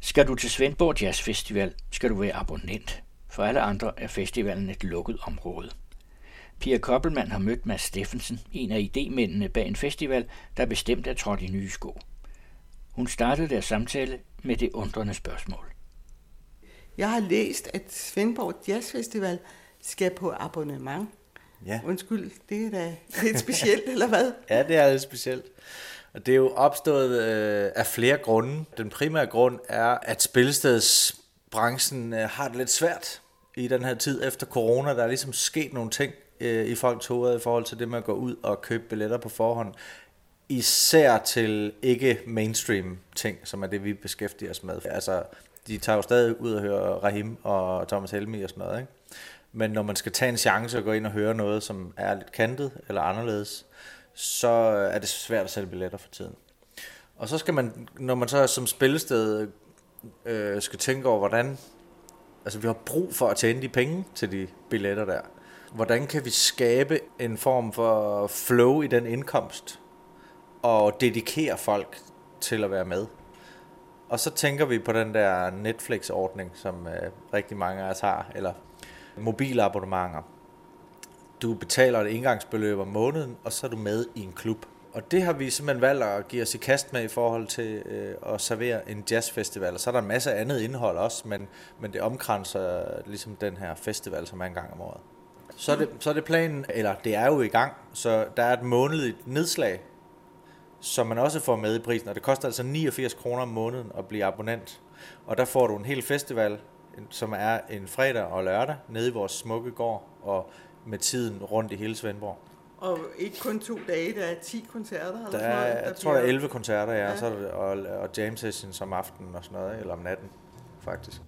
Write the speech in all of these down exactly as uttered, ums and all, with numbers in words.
Skal du til Svendborg Jazz Festival, skal du være abonnent. For alle andre er festivalen et lukket område. Pia Koppelmann har mødt Mads Steffensen, en af idémændene bag en festival, der bestemt er trådt i nye sko. Hun startede deres samtale med det undrende spørgsmål. Jeg har læst, at Svendborg Jazz Festival skal på abonnement. Ja. Undskyld, det er da lidt specielt, eller hvad? Ja, det er lidt specielt. Og det er jo opstået øh, af flere grunde. Den primære grund er, at spillestedsbranchen øh, har det lidt svært i den her tid efter corona. Der er ligesom sket nogle ting øh, i folks hoveder i forhold til det med at gå ud og købe billetter på forhånd. Især til ikke mainstream ting, som er det, vi beskæftiger os med. Altså, de tager jo stadig ud og høre Rahim og Thomas Helmig og sådan noget, ikke? Men når man skal tage en chance og gå ind og høre noget, som er lidt kantet eller anderledes, så er det svært at sælge billetter for tiden. Og så skal man, når man så som spillested øh, skal tænke over, hvordan, altså vi har brug for at tjene de penge til de billetter der. Hvordan kan vi skabe en form for flow i den indkomst, og dedikere folk til at være med? Og så tænker vi på den der Netflix-ordning, som øh, rigtig mange af os har, eller mobilabonnementer. Du betaler et engangsbeløb om måneden, og så er du med i en klub. Og det har vi simpelthen valgt at give os i kast med i forhold til øh, at servere en jazzfestival. Og så er der en masse andet indhold også, men, men det omkranser ligesom den her festival, som er en gang om året. Så er, det, så er det planen, eller det er jo i gang, så der er et månedligt nedslag, som man også får med i prisen. Og det koster altså niogfirs kroner om måneden at blive abonnent. Og der får du en hel festival, som er en fredag og lørdag, nede i vores smukke gård, og med tiden rundt i hele Svendborg. Og ikke kun to dage, der er ti koncerter? Eller der er, sådan noget, der jeg tror, der er elleve koncerter, ja, ja. Så er der, og, og jam sessions om aftenen og sådan noget, eller om natten, faktisk.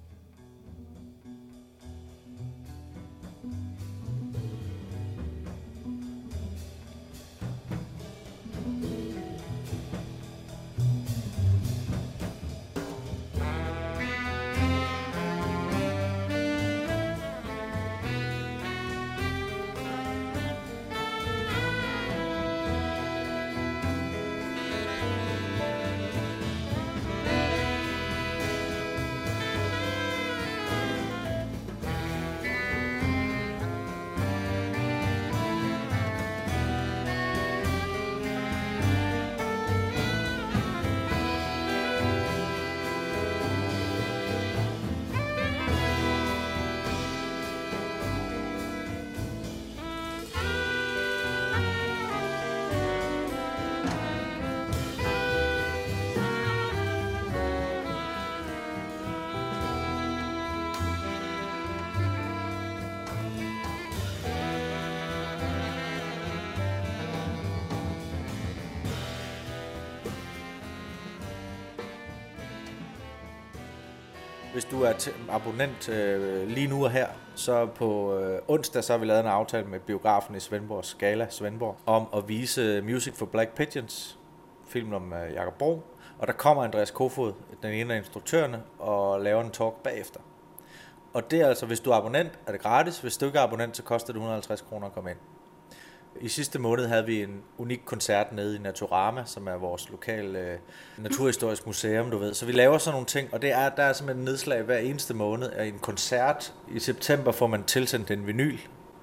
Hvis du er abonnent øh, lige nu og her, så på øh, onsdag så har vi lavet en aftale med biografen i Svendborg, Scala Svendborg, om at vise Music for Black Pigeons, film om øh, Jakob Bro. Og der kommer Andreas Kofod, den ene af instruktørerne, og laver en talk bagefter. Og det er altså, hvis du er abonnent, er det gratis. Hvis du ikke er abonnent, så koster det et hundrede og halvtreds kroner at komme ind. I sidste måned havde vi en unik koncert nede i Naturama, som er vores lokale øh, naturhistorisk museum, du ved. Så vi laver sådan nogle ting, og det er, der er simpelthen en nedslag hver eneste måned af en koncert. I september får man tilsendt en vinyl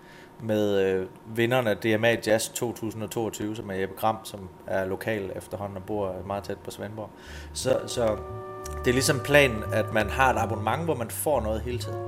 med øh, vinderen af D M A Jazz to tusind og toogtyve, som er Jeppe Gram, som er lokal efterhånden og bor meget tæt på Svendborg. Så, så det er ligesom planen, at man har et abonnement, hvor man får noget hele tiden.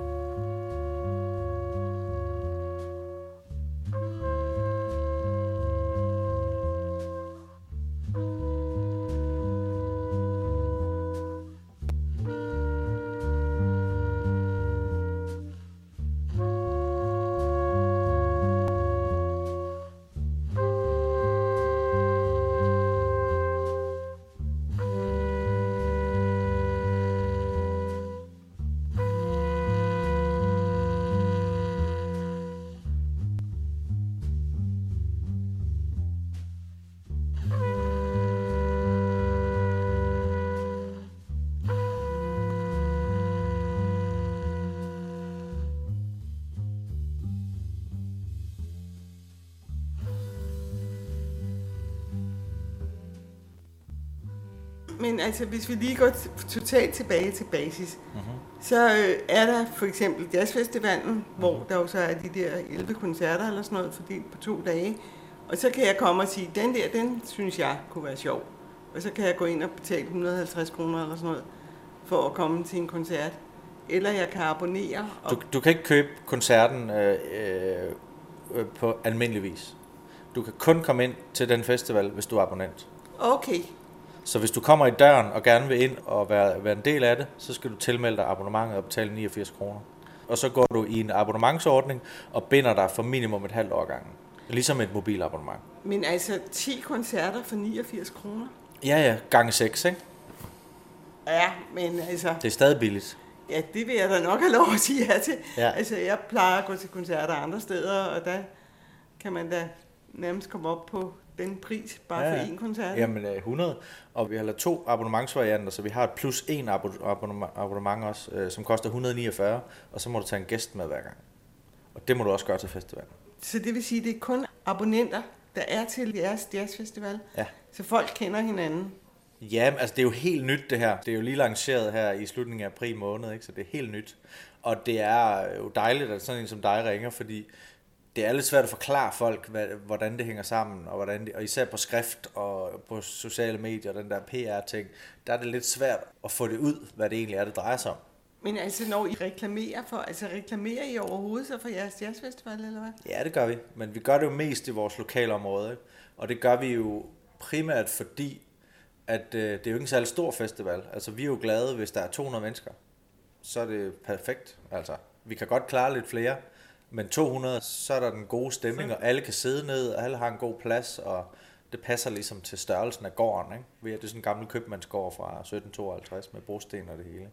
Men altså, hvis vi lige går t- totalt tilbage til basis, mm-hmm. så øh, er der for eksempel Jazzfestivalen, hvor der jo så er de der elleve koncerter eller sådan noget, fordelt på to dage. Og så kan jeg komme og sige, den der, den synes jeg kunne være sjov. Og så kan jeg gå ind og betale et hundrede og halvtreds kroner eller sådan noget, for at komme til en koncert. Eller jeg kan abonnere. Og... Du, du kan ikke købe koncerten øh, øh, på almindelig vis. Du kan kun komme ind til den festival, hvis du er abonnent. Okay. Så hvis du kommer i døren og gerne vil ind og være, være en del af det, så skal du tilmelde dig abonnementet og betale niogfirs kroner. Og så går du i en abonnementsordning og binder dig for minimum et halvt år gangen. Ligesom et mobilabonnement. Men altså ti koncerter for niogfirs kroner? Ja, ja. Gange seks, ikke? Ja, men altså... Det er stadig billigt. Ja, det vil jeg da nok have lov at sige ja til. Ja. Altså, jeg plejer at gå til koncerter andre steder, og der kan man da nærmest komme op på den pris, bare ja, for én koncert. Jamen hundrede, og vi har lavet to abonnementsvarianter, så vi har et plus en abonnement også, som koster et hundrede og niogfyrre, og så må du tage en gæst med hver gang. Og det må du også gøre til festivalen. Så det vil sige, at det er kun abonnenter, der er til jeres jazzfestival? Ja. Så folk kender hinanden? Ja, altså det er jo helt nyt det her. Det er jo lige lanceret her i slutningen af april måned, ikke? Så det er helt nyt. Og det er jo dejligt, at sådan en som dig ringer, fordi det er lidt svært at forklare folk, hvad, hvordan det hænger sammen, og, hvordan det, og især på skrift og på sociale medier, den der P R-ting, der er det lidt svært at få det ud, hvad det egentlig er, det drejer sig om. Men altså, når I reklamerer for, altså reklamerer I overhovedet så for jeres jazzfestival, eller hvad? Ja, det gør vi, men vi gør det jo mest i vores lokalområde, ikke? Og det gør vi jo primært fordi, at øh, det er jo ikke en særlig stor festival. Altså, vi er jo glade, hvis der er to hundrede mennesker. Så er det perfekt, altså. Vi kan godt klare lidt flere, men to hundrede, så er der den gode stemning, og alle kan sidde ned, og alle har en god plads, og det passer ligesom til størrelsen af gården, ikke? Det er sådan en gammel købmandsgård fra sytten tooghalvtreds med brosten og det hele.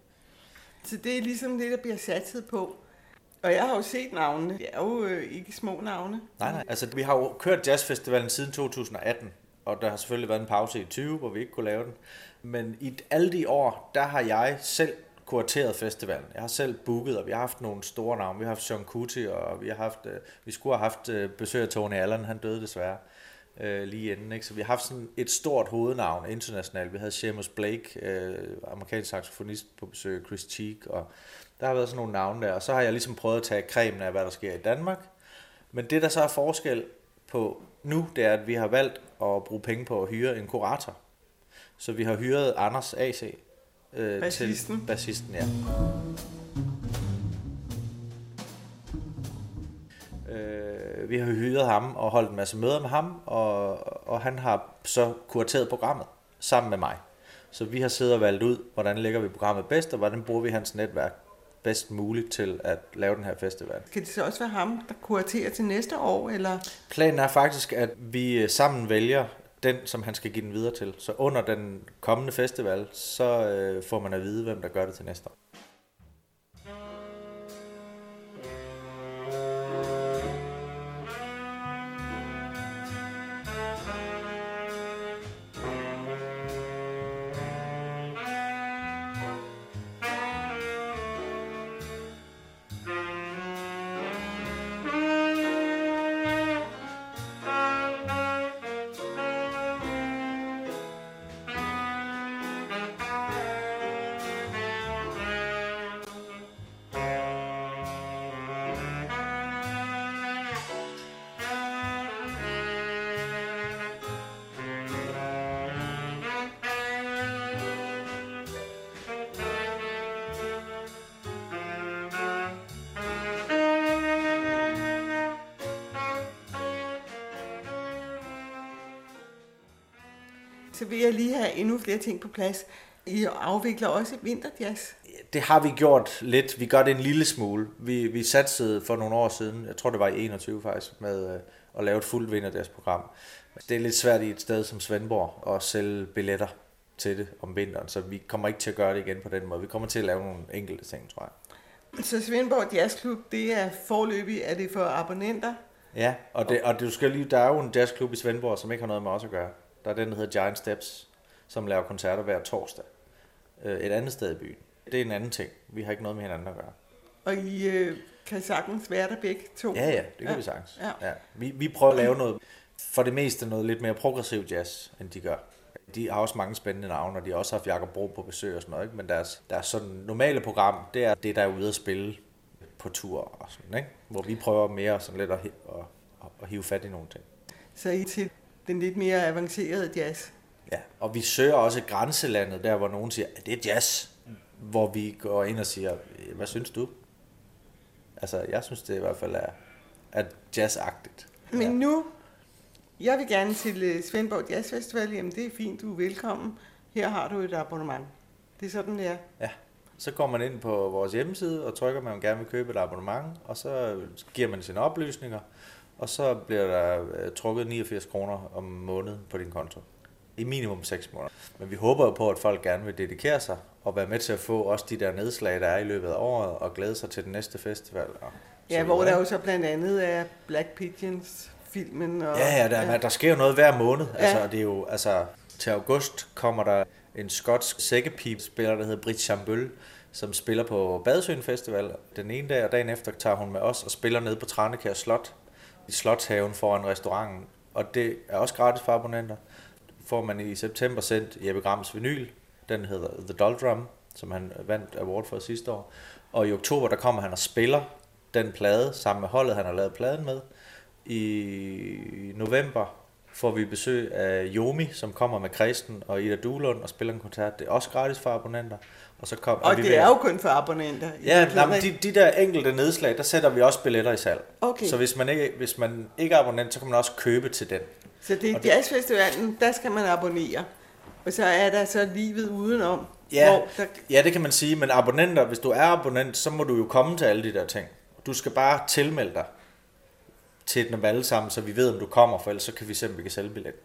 Så det er ligesom det, der bliver satset på. Og jeg har jo set navnene. Det er jo øh, ikke små navne. Nej, nej. Altså, vi har jo kørt jazzfestivalen siden to tusind og atten, og der har selvfølgelig været en pause i tyve, hvor vi ikke kunne lave den. Men i alle de år, der har jeg selv kurateret festivalen. Jeg har selv booket, og vi har haft nogle store navne. Vi har haft Sean Kuti, og vi har haft, øh, vi skulle have haft øh, besøg af Tony Allen. Han døde desværre øh, lige inden, ikke? Så vi har haft sådan et stort hovednavn internationalt. Vi havde Seamus Blake, øh, amerikansk saxofonist på besøg, Chris Cheek, og der har været sådan nogle navne der. Og så har jeg ligesom prøvet at tage kremen af, hvad der sker i Danmark. Men det, der så er forskel på nu, det er, at vi har valgt at bruge penge på at hyre en kurator. Så vi har hyret Anders A C øh, bassisten. til bassisten, ja. Øh, vi har hyret ham og holdt en masse møder med ham, og, og han har så kurateret programmet sammen med mig. Så vi har siddet og valgt ud, hvordan lægger vi programmet bedst, og hvordan bruger vi hans netværk bedst muligt til at lave den her festival. Kan det så også være ham, der kuraterer til næste år, eller? Planen er faktisk, at vi sammen vælger den, som han skal give den videre til. Så under den kommende festival, så øh, får man at vide, hvem der gør det til næste år. Så vil jeg lige have endnu flere ting på plads. I afvikler også vinterjazz. Det har vi gjort lidt. Vi gør det en lille smule. Vi, vi satsede for nogle år siden, jeg tror det var i enogtyve faktisk, med øh, at lave et fuldt vinterjazz-program. Det er lidt svært i et sted som Svendborg at sælge billetter til det om vinteren, så vi kommer ikke til at gøre det igen på den måde. Vi kommer til at lave nogle enkelte ting, tror jeg. Så Svendborg Jazzklub, det er forløbig, er det for abonnenter? Ja, og, det, og du skal lige, der er jo en jazzklub i Svendborg, som ikke har noget med os at gøre. Der er den, der hedder Giant Steps, som laver koncerter hver torsdag. Et andet sted i byen. Det er en anden ting. Vi har ikke noget med hinanden at gøre. Og I øh, kan sagtens være der begge to? Ja, ja, det kan ja. vi sagtens. Ja. Ja. Vi, vi prøver at lave noget, for det meste noget lidt mere progressiv jazz, end de gør. De har også mange spændende navne, og de har også haft Jakob Bro på besøg og sådan noget, ikke? Men deres, deres sådan normale program, det er det, der er ude at spille på tur og sådan, ikke? Hvor vi prøver mere sådan lidt at, at, at, at hive fat i nogle ting. Så I til den lidt mere avancerede jazz? Ja, og vi søger også grænselandet, der hvor nogen siger, at det er jazz, mm. hvor vi går ind og siger, hvad synes du? Altså, jeg synes det i hvert fald er, er jazzagtigt. Men ja. nu, jeg vil gerne til Svendborg Jazz Festival, jamen det er fint, du er velkommen. Her har du et abonnement. Det er sådan, det er. Ja, så går man ind på vores hjemmeside og trykker, at man gerne vil købe et abonnement, og så giver man sine oplysninger, og så bliver der trukket niogfirs kroner om måneden på din konto. I minimum seks måneder. Men vi håber jo på, at folk gerne vil dedikere sig og være med til at få også de der nedslag, der er i løbet af året, og glæde sig til den næste festival. Og ja, hvor der jo så blandt andet er Black Pigeons filmen. Og, ja, ja, der, ja. Der sker jo noget hver måned. Ja. Altså, det er jo, altså, til august kommer der en skotsk sækkepip-spiller, der hedder Britt Chambøl, som spiller på Badesøen Festival. Den ene dag, og dagen efter tager hun med os og spiller nede på Tranekær Slot, i Slotshaven foran restauranten. Og det er også gratis for abonnenter. Får man i september sendt Jeppe Grams vinyl, den hedder The Doldrum, som han vandt award for sidste år. Og i oktober, der kommer han og spiller den plade sammen med holdet, han har lavet pladen med. I november får vi besøg af Yomi, som kommer med Kristen og Ida Duelund og spiller en koncert. Det er også gratis for abonnenter. Og, så kom, og det vi er jo kun for abonnenter. Ja, nej, de, de der enkelte nedslag, der sætter vi også billetter i salg. Okay. Så hvis man, ikke, hvis man ikke er abonnent, så kan man også købe til den. Så det er jazzfestivalen, der skal man abonnere. Og så er der så livet udenom. Ja, hvor der... ja, det kan man sige. Men abonnenter, hvis du er abonnent, så må du jo komme til alle de der ting. Du skal bare tilmelde dig til dem alle sammen, så vi ved, om du kommer, for ellers så kan vi simpelthen ikke sælge billet.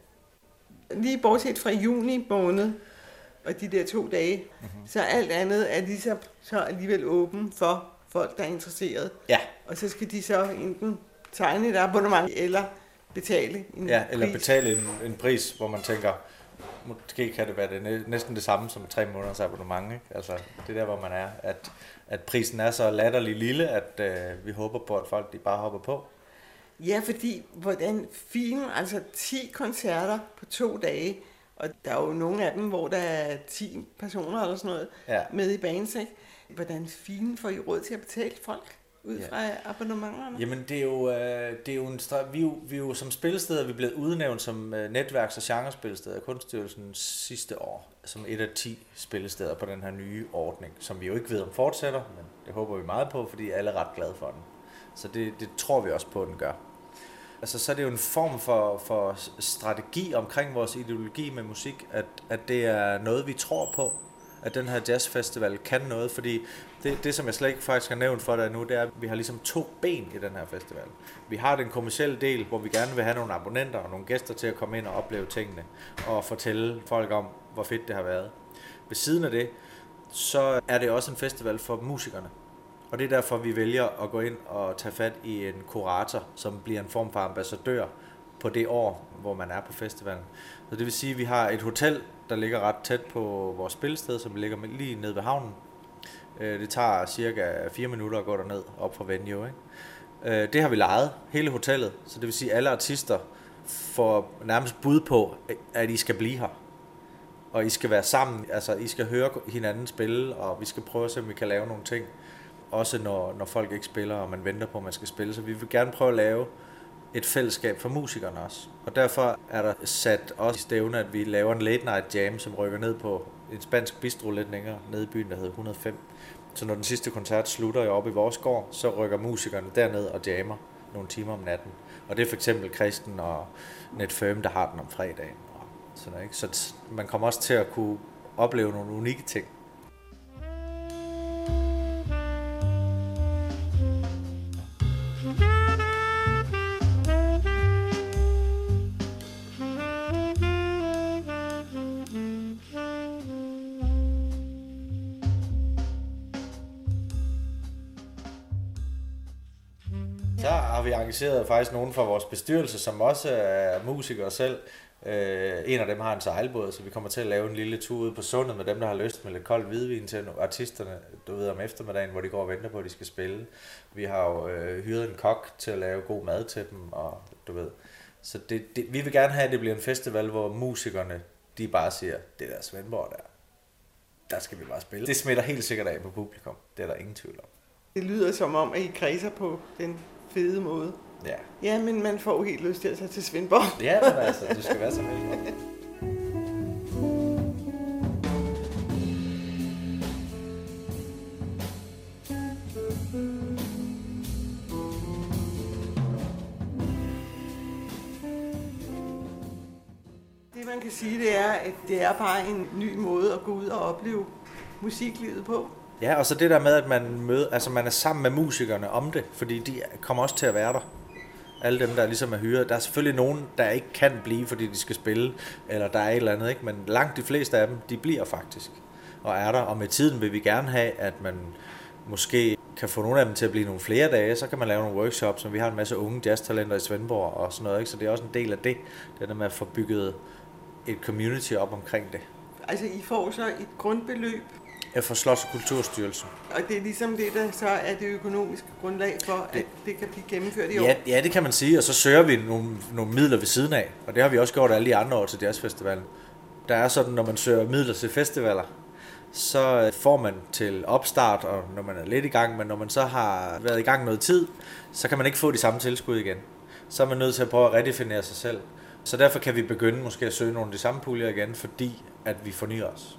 Lige bortset fra juni måned, og de der to dage, mm-hmm. så alt andet er ligesom så alligevel åben for folk, der er interesseret. Ja. Og så skal de så enten tegne et abonnement, eller betale en Ja, eller pris. betale en, en pris, hvor man tænker, måske kan det være det, næsten det samme som tre måneders abonnement, ikke? Altså, det er der, hvor man er, at, at prisen er så latterlig lille, at øh, vi håber på, at folk de bare hopper på. Ja, fordi hvordan film, altså ti koncerter på to dage, og der er jo nogle af dem, hvor der er ti personer eller sådan noget ja. med i bands, ikke? Hvordan film får I råd til at betale folk ud ja. fra abonnementerne? Jamen det er jo, øh, det er jo en stra- vi, er jo, vi er jo som spillesteder, vi er blevet udnævnt som øh, netværks- og genrespillesteder af Kunststyrelsen sidste år, som et af ti spillesteder på den her nye ordning, som vi jo ikke ved om fortsætter, men det håber vi meget på, fordi alle er ret glade for den. Så det, det tror vi også på, at den gør. Altså, så er det jo en form for, for strategi omkring vores ideologi med musik, at, at det er noget, vi tror på, at den her jazzfestival kan noget, fordi det, det som jeg slet ikke faktisk har nævnt for dig nu, det er, at vi har ligesom to ben i den her festival. Vi har den kommercielle del, hvor vi gerne vil have nogle abonnenter og nogle gæster til at komme ind og opleve tingene, og fortælle folk om, hvor fedt det har været. Ved siden af det, så er det også en festival for musikerne. Og det er derfor, vi vælger at gå ind og tage fat i en kurator, som bliver en form for ambassadør på det år, hvor man er på festivalen. Så det vil sige, at vi har et hotel, der ligger ret tæt på vores spillested, som ligger lige nede ved havnen. Det tager cirka fire minutter at gå derned op fra venue, ikke? Det har vi lejet, hele hotellet, så det vil sige, at alle artister får nærmest bud på, at I skal blive her. Og I skal være sammen, altså I skal høre hinanden spille, og vi skal prøve at se, om vi kan lave nogle ting. Også når, når folk ikke spiller, og man venter på, at man skal spille. Så vi vil gerne prøve at lave et fællesskab for musikerne også. Og derfor er der sat også i stævne, at vi laver en late night jam, som rykker ned på en spansk bistro lidt længere, nede i byen, der hedder et hundrede og fem. Så når den sidste koncert slutter oppe i vores gård, så rykker musikerne derned og jammer nogle timer om natten. Og det er for eksempel Kristen og Netfirm, der har den om fredagen. Og sådan, ikke? Så man kommer også til at kunne opleve nogle unikke ting. Så har vi engageret faktisk nogen fra vores bestyrelse, som også er musikere selv. Øh, en af dem har en sejlbåd, så vi kommer til at lave en lille tur ud på sundet med dem, der har lyst med lidt kold hvidvin til artisterne, du ved, om eftermiddagen, hvor de går og venter på, at de skal spille. Vi har jo øh, hyret en kok til at lave god mad til dem, og du ved. Så det, det, vi vil gerne have, at det bliver en festival, hvor musikerne de bare siger, det der Svendborg der, der skal vi bare spille. Det smitter helt sikkert af på publikum. Det er der ingen tvivl om. Det lyder som om, at I kredser på den fede måde. Ja. Ja, men man får jo helt lyst til at tage til Svendborg. Ja, men altså, du skal være så heldig. Det man kan sige, det er, at det er bare en ny måde at gå ud og opleve musiklivet på. Ja, og så det der med, at man møder, altså man er sammen med musikerne om det, fordi de kommer også til at være der. Alle dem, der ligesom er hyret. Der er selvfølgelig nogen, der ikke kan blive, fordi de skal spille, eller der er et eller andet, ikke? Men langt de fleste af dem, de bliver faktisk og er der. Og med tiden vil vi gerne have, at man måske kan få nogle af dem til at blive nogle flere dage, så kan man lave nogle workshops, som vi har en masse unge jazztalenter i Svendborg og sådan noget, ikke? Så det er også en del af det, det der med at få bygget et community op omkring det. Altså, I får så et grundbeløb. For Slots- og Kulturstyrelsen. Og det er ligesom det, der så er det økonomiske grundlag for, det, at det kan blive gennemført i år? Ja, ja, det kan man sige, og så søger vi nogle, nogle midler ved siden af, og det har vi også gjort alle de andre år til jazzfestivalen. Der er sådan, når man søger midler til festivaler, så får man til opstart, og når man er lidt i gang, men når man så har været i gang noget tid, så kan man ikke få de samme tilskud igen. Så er man nødt til at prøve at redefinere sig selv. Så derfor kan vi begynde måske at søge nogle af de samme puljer igen, fordi at vi fornyer os.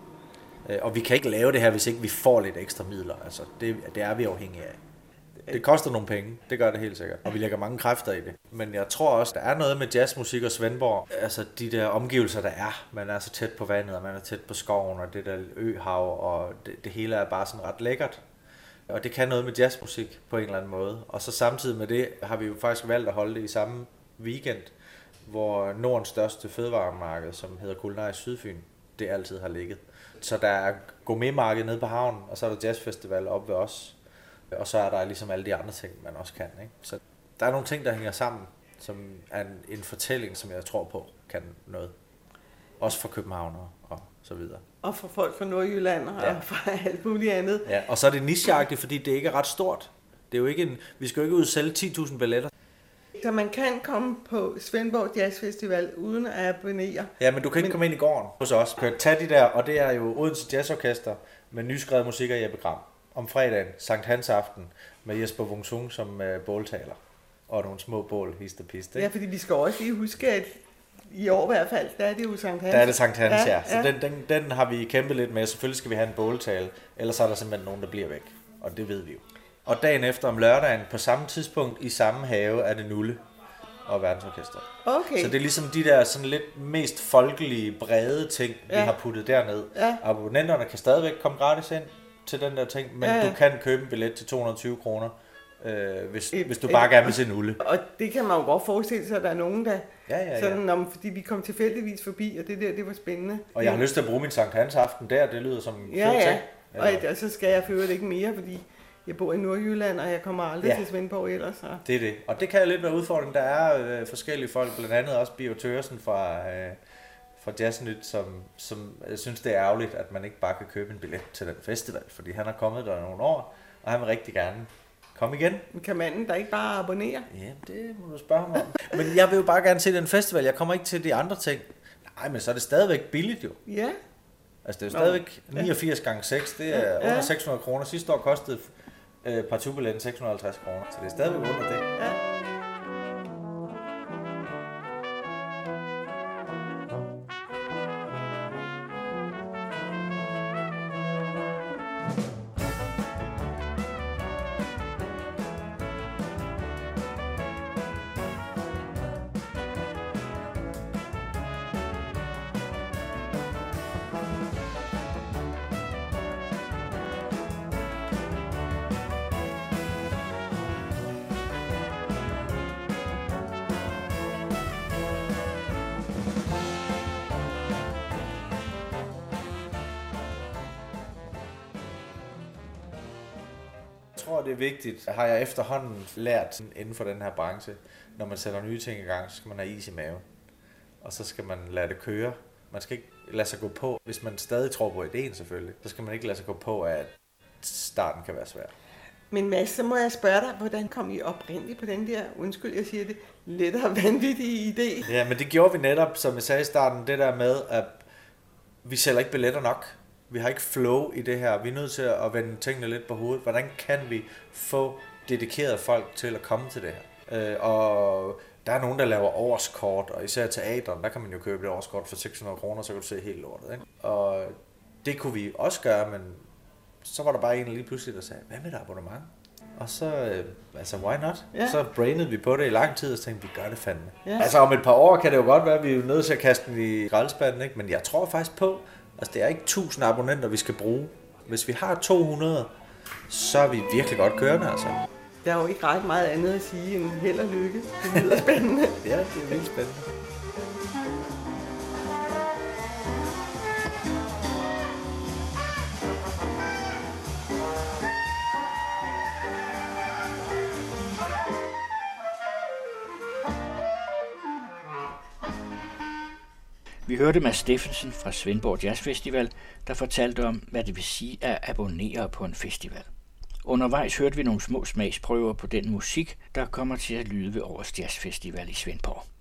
Og vi kan ikke lave det her, hvis ikke vi får lidt ekstra midler. Altså, det, det er vi afhængige af. Det koster nogle penge, det gør det helt sikkert. Og vi lægger mange kræfter i det. Men jeg tror også, der er noget med jazzmusik og Svendborg. Altså de der omgivelser, der er. Man er så tæt på vandet, og man er tæt på skoven, og det der øhav, og det, det hele er bare sådan ret lækkert. Og det kan noget med jazzmusik på en eller anden måde. Og så samtidig med det har vi jo faktisk valgt at holde det i samme weekend, hvor Nordens største fødevaremarked, som hedder Kulinarisk Sydfyn, det altid har ligget. Så der er gourmetmarked nede på havnen, og så er der jazzfestival oppe ved os. Og så er der ligesom alle de andre ting, man også kan. Ikke? Så der er nogle ting, der hænger sammen, som er en, en fortælling, som jeg tror på kan noget. Også for københavnere og så videre. Og for folk fra Nordjylland og ja. fra alt muligt andet. Ja, og så er det nicheagtigt, fordi det ikke er ret stort. Det er jo ikke en, vi skal jo ikke ud og sælge ti tusind billetter. Så man kan komme på Svendborg Jazz Festival uden at abonnere. Ja, men du kan ikke men... komme ind i gården hos os. Du kan tage de der, og det er jo Odense Jazzorkester med nyskrevet musik af Jeppe Gram. Om fredagen, Sankt Hans aften, med Jesper Wung-Sung som uh, båltaler. Og nogle små bål, hist og pist. Ikke? Ja, fordi vi skal også lige huske, at i år i hvert fald, der er det jo Sankt Hans. Der er det Sankt Hans, ja. ja. Så ja. Den, den, den har vi kæmpet lidt med. Selvfølgelig skal vi have en båltale, ellers er der simpelthen nogen, der bliver væk. Og det ved vi jo. Og dagen efter om lørdagen, på samme tidspunkt i samme have, er det Nulle og Verdensorkestret. Okay. Så det er ligesom de der sådan lidt mest folkelige, brede ting, ja. vi har puttet derned. Ja. Abonnenterne kan stadigvæk komme gratis ind til den der ting, men ja, ja. du kan købe en billet til to hundrede og tyve kroner, øh, hvis, et, hvis du bare et, gerne vil se Nulle. Og det kan man jo godt forestille sig, at der er nogen, der ja, ja, ja. sådan, om, fordi vi kom tilfældigvis forbi, og det der, det var spændende. Og jeg har lyst til at bruge min Sankt Hans aften der, det lyder som en ja, fed ja. ting. Og, og så skal jeg føre det ikke mere, fordi jeg bor i Nordjylland, og jeg kommer aldrig ja. til Svendborg ellers. Så. Det er det. Og det kan lidt være udfordring. Der er øh, forskellige folk, blandt andet også Bio Tørsen fra, øh, fra Jazznyt, som, som jeg synes, det er ærgerligt, at man ikke bare kan købe en billet til den festival, fordi han har kommet der nogle år, og han vil rigtig gerne komme igen. Kan manden der ikke bare abonnere? Ja, det må du spørge mig om. Men jeg vil jo bare gerne se den festival. Jeg kommer ikke til de andre ting. Nej, men så er det stadigvæk billigt jo. Ja. Altså det er jo stadigvæk niogfirs gange seks, det er ja. under seks hundrede kroner. Sidste år kostede øh, partubilletten seks hundrede og halvtreds kroner, så det er stadigvæk under det. Ja. Jeg tror, det er vigtigt, har jeg efterhånden lært inden for den her branche, når man sætter nye ting i gang, så skal man have is i maven. Og så skal man lade det køre. Man skal ikke lade sig gå på, hvis man stadig tror på ideen selvfølgelig, så skal man ikke lade sig gå på, at starten kan være svær. Men Mads, så må jeg spørge dig, hvordan kom I oprindeligt på den der, undskyld, jeg siger det, lettere vanvittige idé? Ja, men det gjorde vi netop, som jeg sagde i starten, det der med, at vi sælger ikke billetter nok. Vi har ikke flow i det her. Vi er nødt til at vende tingene lidt på hovedet. Hvordan kan vi få dedikerede folk til at komme til det her? Øh, og der er nogen, der laver årskort, og især teateren, der kan man jo købe et årskort for seks hundrede kroner, så kan du se helt lortet. Ikke? Og det kunne vi også gøre, men så var der bare en lige pludselig, der sagde, hvad med et abonnement? Og så, øh, altså, why not? Ja. Så brainede vi på det i lang tid, og så tænkte vi, gør det fandme. Ja. Altså, om et par år kan det jo godt være, at vi er nødt til at kaste den i skraldespanden, ikke? Men jeg tror faktisk på, altså, det er ikke tusind abonnenter, vi skal bruge. Hvis vi har to hundrede, så er vi virkelig godt kørende, altså. Der er jo ikke ret meget andet at sige end held og lykke. Det lyder spændende. Ja, det er vildt spændende. Vi hørte Mads Steffensen fra Svendborg Jazz Festival, der fortalte om, hvad det vil sige at abonnere på en festival. Undervejs hørte vi nogle små smagsprøver på den musik, der kommer til at lyde ved årets jazzfestival i Svendborg.